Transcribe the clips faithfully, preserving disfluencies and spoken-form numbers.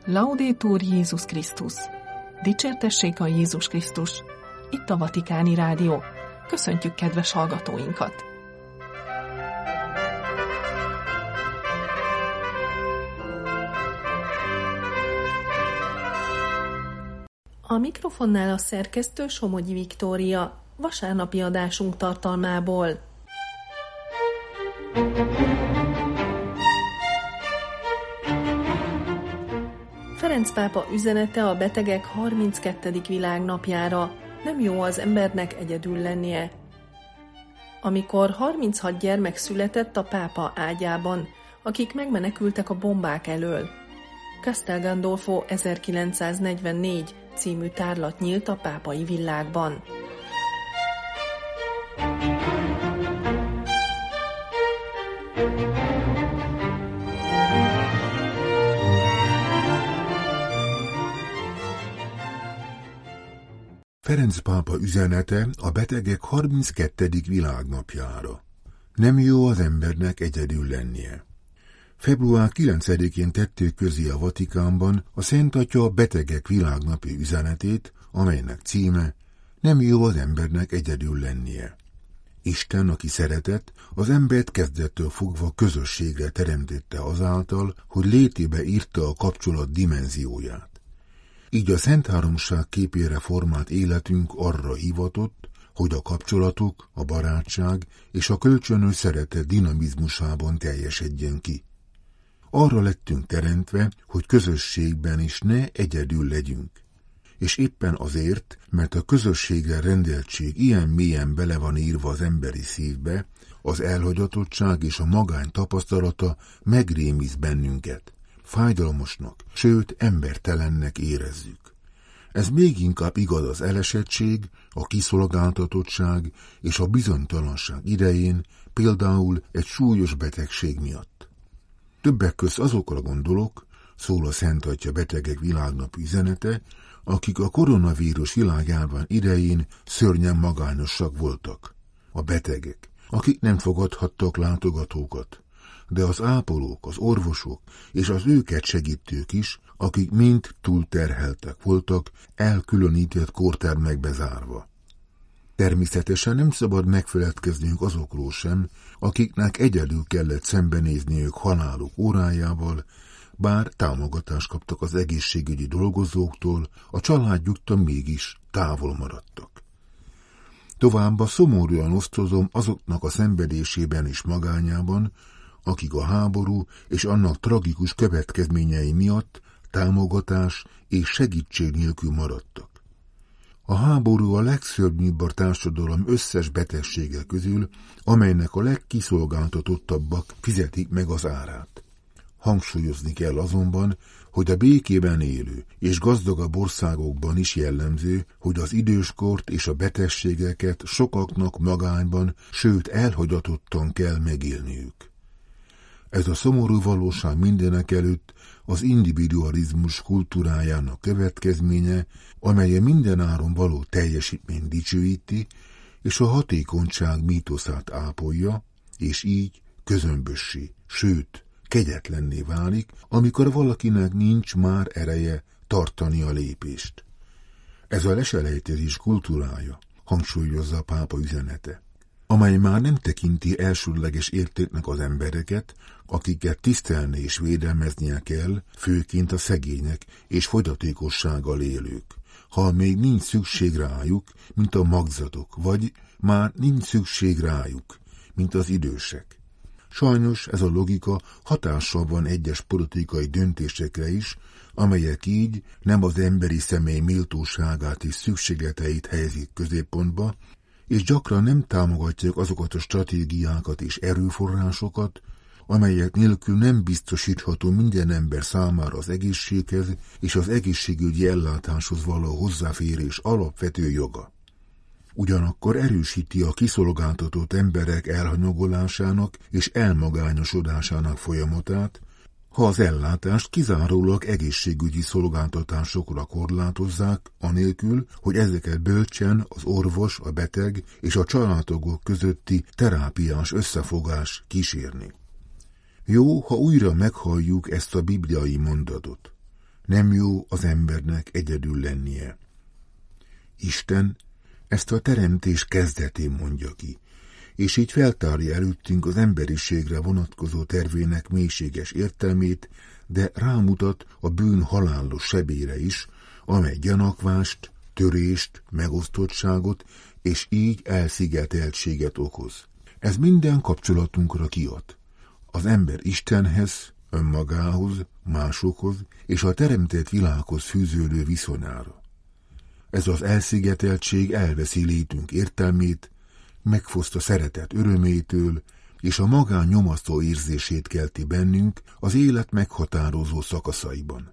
Laudetur Jézus Krisztus! Dicsértessék a Jézus Krisztus! Itt a Vatikáni Rádió. Köszöntjük kedves hallgatóinkat! A mikrofonnál a szerkesztő Somogyi Viktória, vasárnapi adásunk tartalmából. Ferenc pápa üzenete a betegek harminckettedik világnapjára: nem jó az embernek egyedül lennie. Amikor harminchat gyermek született a pápa ágyában, akik megmenekültek a bombák elől. Castel Gandolfo ezerkilencszáznegyvennégy című tárlat nyílt a pápai villágban. Ferenc pápa üzenete a betegek harminckettedik világnapjára. Nem jó az embernek egyedül lennie. február kilencedikén tették közé a Vatikánban a Szent Atya a betegek világnapi üzenetét, amelynek címe: nem jó az embernek egyedül lennie. Isten, aki szeretett, az embert kezdettől fogva közösségre teremtette azáltal, hogy létébe írta a kapcsolat dimenzióját. Így a Szent Háromság képére formált életünk arra hivatott, hogy a kapcsolatok, a barátság és a kölcsönös szeretet dinamizmusában teljesedjen ki. Arra lettünk teremtve, hogy közösségben is ne egyedül legyünk. És éppen azért, mert a közösségre rendeltség ilyen mélyen bele van írva az emberi szívbe, az elhagyatottság és a magány tapasztalata megrémiz bennünket. Fájdalmasnak, sőt embertelennek érezzük. Ez még inkább igaz az elesettség, a kiszolgáltatottság és a bizonytalanság idején, például egy súlyos betegség miatt. Többek közt azokra gondolok, szól a Szent Atya betegek világnap üzenete, akik a koronavírus világjárvány idején szörnyen magányosak voltak. A betegek, akik nem fogadhattak látogatókat, de az ápolók, az orvosok és az őket segítők is, akik mind túlterheltek voltak, elkülönített kórtermekbe zárva. Természetesen nem szabad megfeledkeznünk azokról sem, akiknek egyedül kellett szembenézniük haláluk órájával, bár támogatást kaptak az egészségügyi dolgozóktól, a családjuktól mégis távol maradtak. Továbbá szomorúan osztozom azoknak a szenvedésében és magányában, akik a háború és annak tragikus következményei miatt támogatás és segítség nélkül maradtak. A háború a legszörnyűbb a társadalom összes betegsége közül, amelynek a legkiszolgáltatottabbak fizetik meg az árát. Hangsúlyozni kell azonban, hogy a békében élő és gazdagabb országokban is jellemző, hogy az időskort és a betegségeket sokaknak magányban, sőt elhagyatottan kell megélniük. Ez a szomorú valóság mindenekelőtt az individualizmus kultúrájának következménye, amely mindenáron való teljesítményt dicsőíti, és a hatékonyság mítoszát ápolja, és így közömbössé, sőt, kegyetlenné válik, amikor valakinek nincs már ereje tartani a lépést. Ez a leselejtezés kultúrája, hangsúlyozza a pápa üzenete, amely már nem tekinti elsődleges értéknek az embereket, akiket tisztelni és védelmeznie kell, főként a szegények és fogyatékossággal élők, ha még nincs szükség rájuk, mint a magzatok, vagy már nincs szükség rájuk, mint az idősek. Sajnos ez a logika hatással van egyes politikai döntésekre is, amelyek így nem az emberi személy méltóságát és szükségleteit helyezik középpontba, és gyakran nem támogatják azokat a stratégiákat és erőforrásokat, amelyek nélkül nem biztosítható minden ember számára az egészséghez és az egészségügyi ellátáshoz való hozzáférés alapvető joga. Ugyanakkor erősíti a kiszolgáltatott emberek elhanyagolásának és elmagányosodásának folyamatát, ha az ellátást kizárólag egészségügyi szolgáltatásokra korlátozzák, anélkül, hogy ezeket bölcsen az orvos, a beteg és a családtagok közötti terápiás összefogás kísérni. Jó, ha újra meghalljuk ezt a bibliai mondatot. Nem jó az embernek egyedül lennie. Isten ezt a teremtés kezdetén mondja ki, és így feltárja előttünk az emberiségre vonatkozó tervének mélységes értelmét, de rámutat a bűn halálos sebére is, amely gyanakvást, törést, megosztottságot és így elszigeteltséget okoz. Ez minden kapcsolatunkra kiad. Az ember Istenhez, önmagához, másokhoz és a teremtett világhoz fűződő viszonyára. Ez az elszigeteltség elveszi létünk értelmét, megfoszt a szeretet örömétől, és a magán nyomasztó érzését kelti bennünk az élet meghatározó szakaszaiban.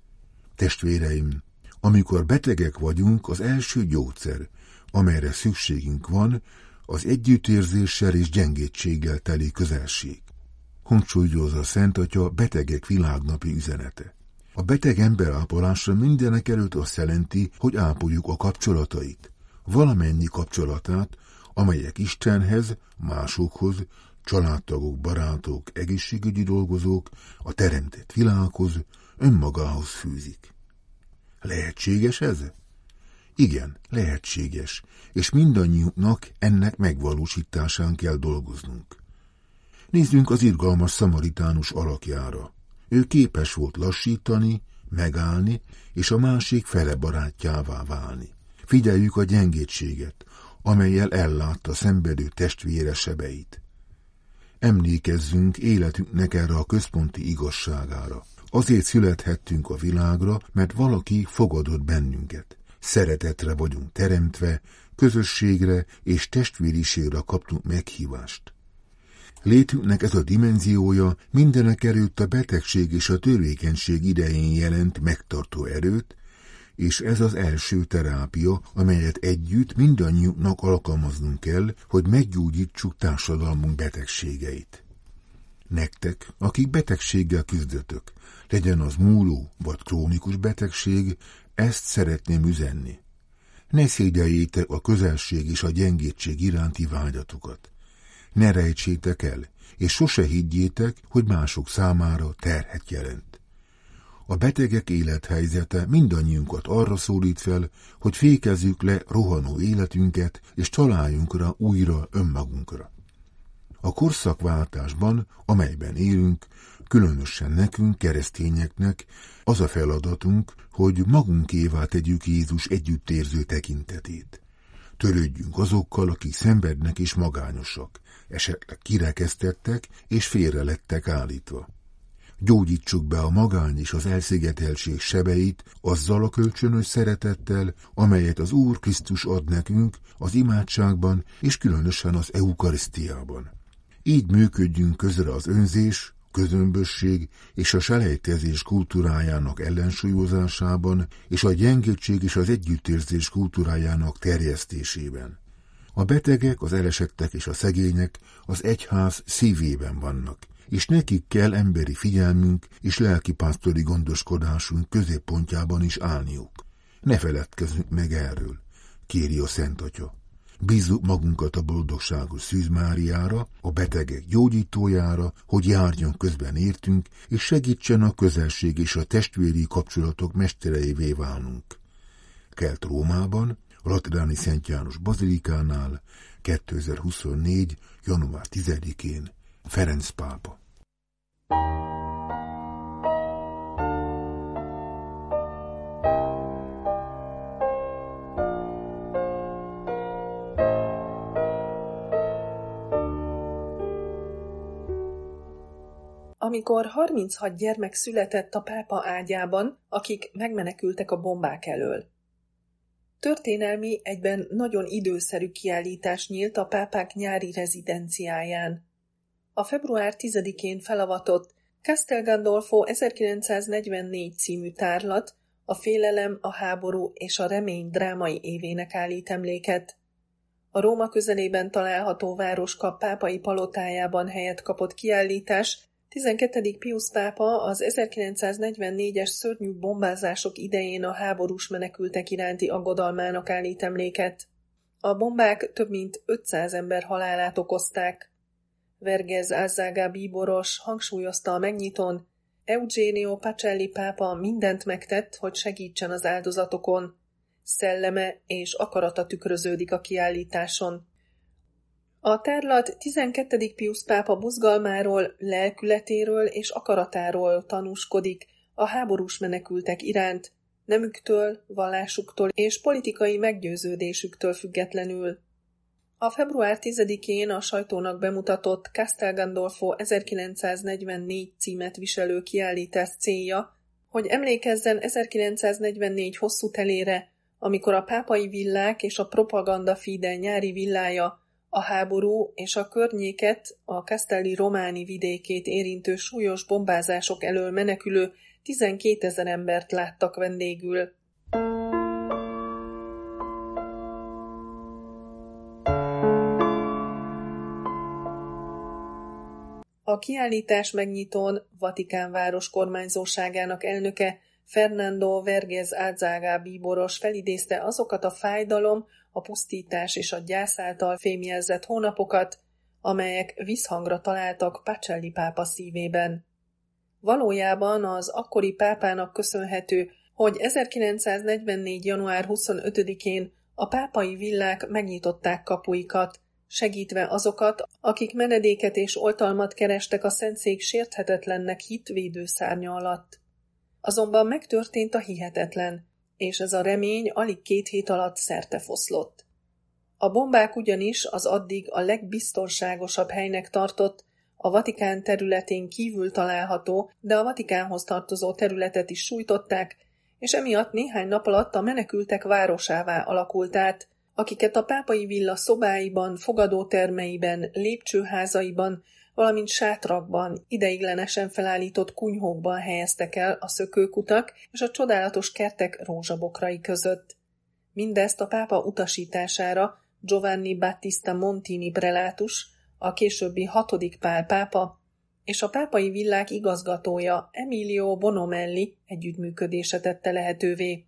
Testvéreim, amikor betegek vagyunk, az első gyógyszer, amelyre szükségünk van, az együttérzéssel és gyengétséggel teli közelség. Hangsúlyozza a Szent Atya betegek világnapi üzenete. A beteg ember ápolása mindenek előtt azt jelenti, hogy ápoljuk a kapcsolatait, valamennyi kapcsolatát, amelyek Istenhez, másokhoz, családtagok, barátok, egészségügyi dolgozók, a teremtett világhoz, önmagához fűzik. Lehetséges ez? Igen, lehetséges, és mindannyiunknak ennek megvalósításán kell dolgoznunk. Nézzünk az irgalmas szamaritánus alakjára. Ő képes volt lassítani, megállni, és a másik fele barátjává válni. Figyeljük a gyengétséget, amellyel ellátta szenvedő testvére sebeit. Emlékezzünk életünknek erre a központi igazságára. Azért születhettünk a világra, mert valaki fogadott bennünket. Szeretetre vagyunk teremtve, közösségre és testvériségre kaptunk meghívást. Létünknek ez a dimenziója mindenek előtt a betegség és a törékenység idején jelent megtartó erőt, és ez az első terápia, amelyet együtt mindannyiunknak alkalmaznunk kell, hogy meggyógyítsuk társadalmunk betegségeit. Nektek, akik betegséggel küzdötök, legyen az múló vagy krónikus betegség, ezt szeretném üzenni. Ne szégyeljétek a közelség és a gyengétség iránti vágyatokat. Ne rejtsétek el, és sose higgyétek, hogy mások számára terhet jelent. A betegek élethelyzete mindannyiunkat arra szólít fel, hogy fékezzük le rohanó életünket, és találjunk rá újra önmagunkra. A korszakváltásban, amelyben élünk, különösen nekünk, keresztényeknek, az a feladatunk, hogy magunkévá tegyük Jézus együttérző tekintetét. Törődjünk azokkal, akik szenvednek és magányosak, esetleg kirekesztettek és félre lettek állítva. Gyógyítsuk be a magány és az elszigeteltség sebeit azzal a kölcsönös szeretettel, amelyet az Úr Krisztus ad nekünk az imádságban és különösen az eukarisztiában. Így működjünk közre az önzés, közömbösség és a selejtezés kultúrájának ellensúlyozásában és a gyengétség és az együttérzés kultúrájának terjesztésében. A betegek, az elesettek és a szegények az egyház szívében vannak, és nekik kell emberi figyelmünk és lelkipásztori gondoskodásunk középpontjában is állniuk. Ne feledkezzünk meg erről, kéri a Szent Atya. Bízzuk magunkat a boldogságos Szűz Máriára, a betegek gyógyítójára, hogy járjon közben értünk, és segítsen a közelség és a testvéri kapcsolatok mestereivé válnunk. Kelt Rómában, a Lateráni Szent János Bazilikánál kétezer-huszonnégy. január tizedikén Ferenc pápa. Amikor harminchat gyermek született a pápa ágyában, akik megmenekültek a bombák elől. Történelmi, egyben nagyon időszerű kiállítás nyílt a pápák nyári rezidenciáján. A február tizedikén felavatott Castel Gandolfo ezerkilencszáznegyvennégy című tárlat a félelem, a háború és a remény drámai évének állít emléket. A Róma közelében található városka pápai palotájában helyet kapott kiállítás tizenkettedik Piusz pápa az ezerkilencszáznegyvennégyes szörnyű bombázások idején a háborús menekültek iránti aggodalmának állít emléket. A bombák több mint ötszáz ember halálát okozták. Vergez Álzágá bíboros hangsúlyozta a megnyitón, Eugenio Pacelli pápa mindent megtett, hogy segítsen az áldozatokon. Szelleme és akarata tükröződik a kiállításon. A tárlat tizenkettedik Piusz pápa buzgalmáról, lelkületéről és akaratáról tanúskodik a háborús menekültek iránt, nemüktől, vallásuktól és politikai meggyőződésüktől függetlenül. A február tizedikén a sajtónak bemutatott Castel Gandolfo ezerkilencszáznegyvennégy címet viselő kiállítás célja, hogy emlékezzen ezerkilencszáznegyvennégy hosszú telére, amikor a pápai villák és a propaganda fide nyári villája a háború és a környéket, a Castelli Romani vidékét érintő súlyos bombázások elől menekülő tizenkétezer embert láttak vendégül. A kiállítás megnyitón Vatikán város kormányzóságának elnöke Fernando Vergés Álzaga bíboros felidézte azokat a fájdalom, a pusztítás és a gyász által fémjelzett hónapokat, amelyek visszhangra találtak Pacelli pápa szívében. Valójában az akkori pápának köszönhető, hogy ezerkilencszáznegyvennégy. január huszonötödikén a pápai villák megnyitották kapuikat, segítve azokat, akik menedéket és oltalmat kerestek a Szentszék sérthetetlennek hitt védőszárnya alatt. Azonban megtörtént a hihetetlen, és ez a remény alig két hét alatt szertefoszlott. A bombák ugyanis az addig a legbiztonságosabb helynek tartott, a Vatikán területén kívül található, de a Vatikánhoz tartozó területet is sújtották, és emiatt néhány nap alatt a menekültek városává alakult át, akiket a pápai villa szobáiban, fogadótermeiben, lépcsőházaiban, valamint sátrakban, ideiglenesen felállított kunyhókban helyeztek el a szökőkutak és a csodálatos kertek rózsabokrai között. Mindezt a pápa utasítására Giovanni Battista Montini prelátus, a későbbi hatodik Pál pápa, és a pápai villák igazgatója Emilio Bonomelli együttműködése tette lehetővé.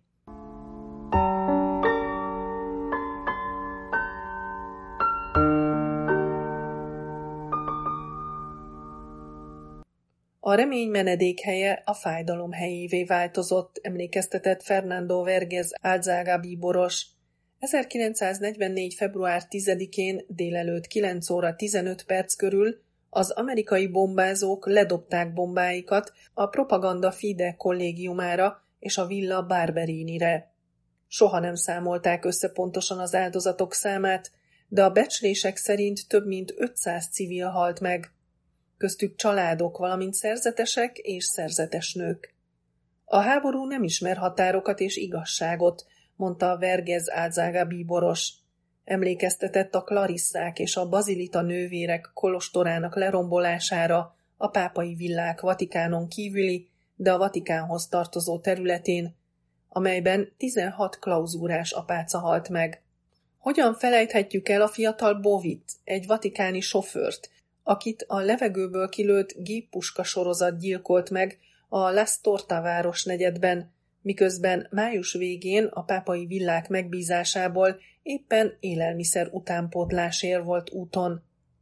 A remény menedékhelye a fájdalom helyévé változott, emlékeztetett Fernando Vergés Álzaga bíboros. ezerkilencszáznegyvennégy. február tizedikén délelőtt kilenc óra tizenöt perc körül az amerikai bombázók ledobták bombáikat a Propaganda Fide kollégiumára és a Villa Barberinire. Soha nem számolták össze pontosan az áldozatok számát, de a becslések szerint több mint ötszáz civil halt meg. Köztük családok, valamint szerzetesek és szerzetes nők. A háború nem ismer határokat és igazságot, mondta a Vergés Álzaga bíboros. Emlékeztetett a Klarisszák és a Bazilita nővérek kolostorának lerombolására a pápai villák Vatikánon kívüli, de a Vatikánhoz tartozó területén, amelyben tizenhat klauzúrás apáca halt meg. Hogyan felejthetjük el a fiatal Bovit, egy vatikáni sofőrt, akit a levegőből kilőtt géppuska sorozat gyilkolt meg a Las Torta városnegyedben, miközben május végén a pápai villák megbízásából éppen élelmiszer utánpótlásért volt úton.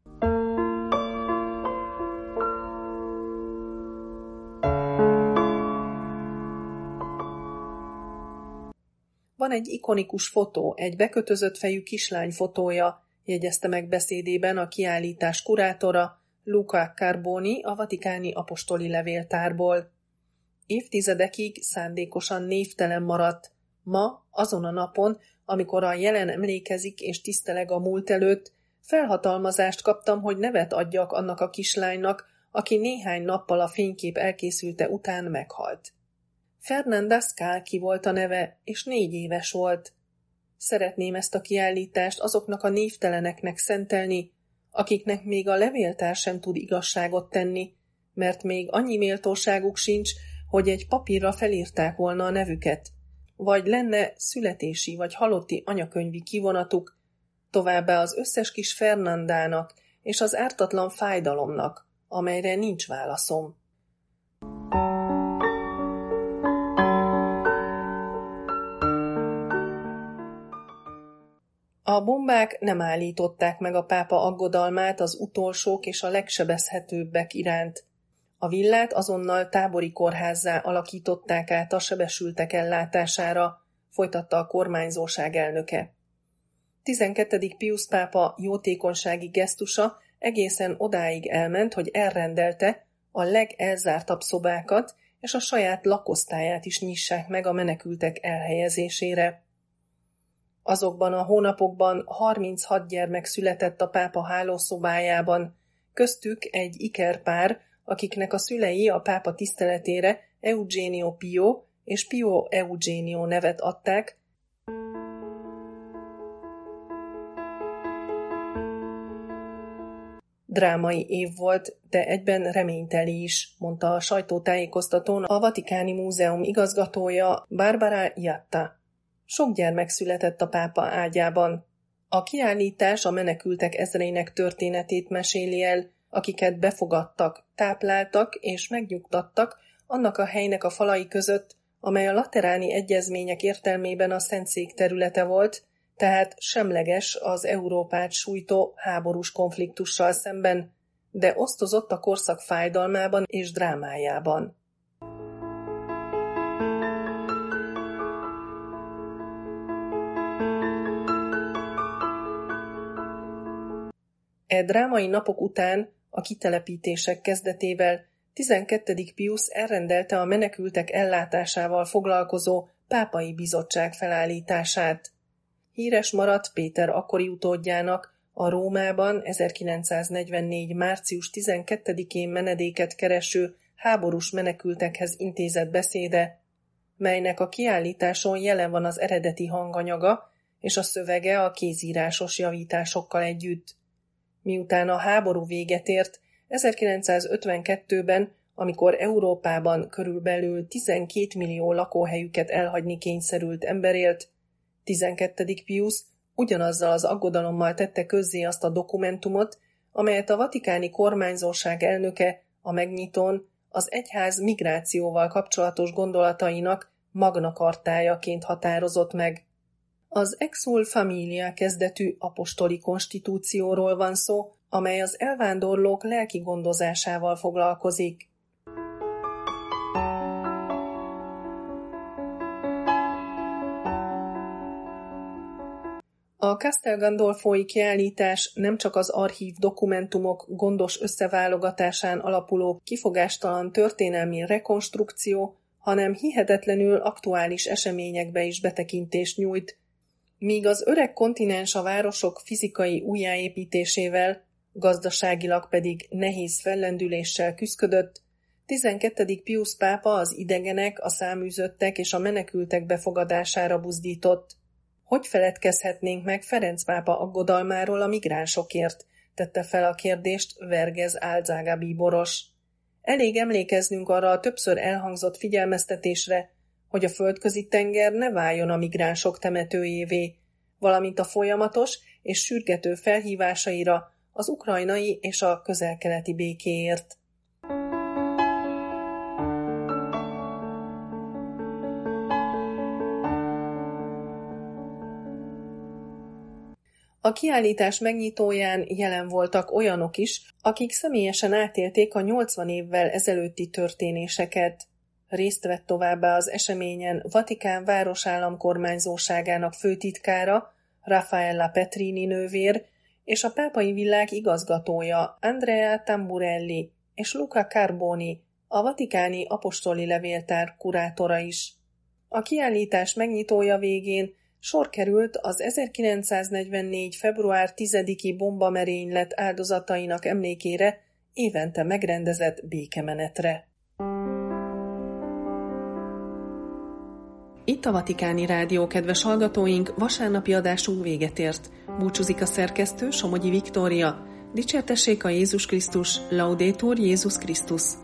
Van egy ikonikus fotó, egy bekötözött fejű kislány fotója, jegyezte meg beszédében a kiállítás kurátora, Luca Carboni a vatikáni apostoli levéltárból. Évtizedekig szándékosan névtelen maradt. Ma, azon a napon, amikor a jelen emlékezik és tiszteleg a múlt előtt, felhatalmazást kaptam, hogy nevet adjak annak a kislánynak, aki néhány nappal a fénykép elkészülte után meghalt. Fernanda Scalchi volt a neve, és négy éves volt. Szeretném ezt a kiállítást azoknak a névteleneknek szentelni, akiknek még a levéltár sem tud igazságot tenni, mert még annyi méltóságuk sincs, hogy egy papírra felírták volna a nevüket, vagy lenne születési vagy halotti anyakönyvi kivonatuk, továbbá az összes kis Fernandának és az ártatlan fájdalomnak, amelyre nincs válaszom. A bombák nem állították meg a pápa aggodalmát az utolsók és a legsebezhetőbbek iránt. A villát azonnal tábori kórházzá alakították át a sebesültek ellátására, folytatta a kormányzóság elnöke. tizenkettedik Piusz pápa jótékonysági gesztusa egészen odáig elment, hogy elrendelte a legelzártabb szobákat, és a saját lakosztályát is nyissák meg a menekültek elhelyezésére. Azokban a hónapokban harminchat gyermek született a pápa hálószobájában, köztük egy ikerpár, akiknek a szülei a pápa tiszteletére Eugenio Pio és Pio Eugenio nevet adták. Drámai év volt, de egyben reményteli is, mondta a sajtótájékoztatón a Vatikáni Múzeum igazgatója Barbara Iatta. Sok gyermek született a pápa ágyában. A kiállítás a menekültek ezreinek történetét meséli el, akiket befogadtak, tápláltak és megnyugtattak annak a helynek a falai között, amely a lateráni egyezmények értelmében a Szentszék területe volt, tehát semleges az Európát sújtó háborús konfliktussal szemben, de osztozott a korszak fájdalmában és drámájában. E drámai napok után, a kitelepítések kezdetével tizenkettedik Piusz elrendelte a menekültek ellátásával foglalkozó pápai bizottság felállítását. Híres maradt Péter akkori utódjának a Rómában ezerkilencszáznegyvennégy. március tizenkettedikén menedéket kereső háborús menekültekhez intézett beszéde, melynek a kiállításon jelen van az eredeti hanganyaga és a szövege a kézírásos javításokkal együtt. Miután a háború véget ért, ezerkilencszázötvenkettőben, amikor Európában körülbelül tizenkét millió lakóhelyüket elhagyni kényszerült ember élt, tizenkettedik Piusz ugyanazzal az aggodalommal tette közzé azt a dokumentumot, amelyet a vatikáni kormányzóság elnöke a megnyitón az egyház migrációval kapcsolatos gondolatainak Magna Chartájaként határozott meg. Az Exsul Familia kezdetű apostoli konstitúcióról van szó, amely az elvándorlók lelki gondozásával foglalkozik. A Castel Gandolfoi kiállítás nem csak az archív dokumentumok gondos összeválogatásán alapuló kifogástalan történelmi rekonstrukció, hanem hihetetlenül aktuális eseményekbe is betekintést nyújt. Míg az öreg kontinens a városok fizikai újjáépítésével, gazdaságilag pedig nehéz fellendüléssel küszködött, tizenkettedik Piusz pápa az idegenek, a száműzöttek és a menekültek befogadására buzdított. Hogy feledkezhetnénk meg Ferenc pápa aggodalmáról a migránsokért? Tette fel a kérdést Vergez Álzaga bíboros. Elég emlékeznünk arra a többször elhangzott figyelmeztetésre, hogy a földközi tenger ne váljon a migránsok temetőjévé, valamint a folyamatos és sürgető felhívásaira az ukrajnai és a közel-keleti békéért. A kiállítás megnyitóján jelen voltak olyanok is, akik személyesen átélték a nyolcvan évvel ezelőtti történéseket. Részt vett továbbá az eseményen Vatikán városállam kormányzóságának főtitkára, Raffaella Petrini nővér, és a pápai világ igazgatója, Andrea Tamburelli és Luca Carboni, a vatikáni apostoli levéltár kurátora is. A kiállítás megnyitója végén sor került az ezerkilencszáznegyvennégy. február tizediki bombamerénylet áldozatainak emlékére évente megrendezett békemenetre. Itt a Vatikáni Rádió, kedves hallgatóink, vasárnapi adásunk véget ért. Búcsúzik a szerkesztő, Somogyi Viktória. Dicsértessék a Jézus Krisztus, Laudetur Jézus Krisztus.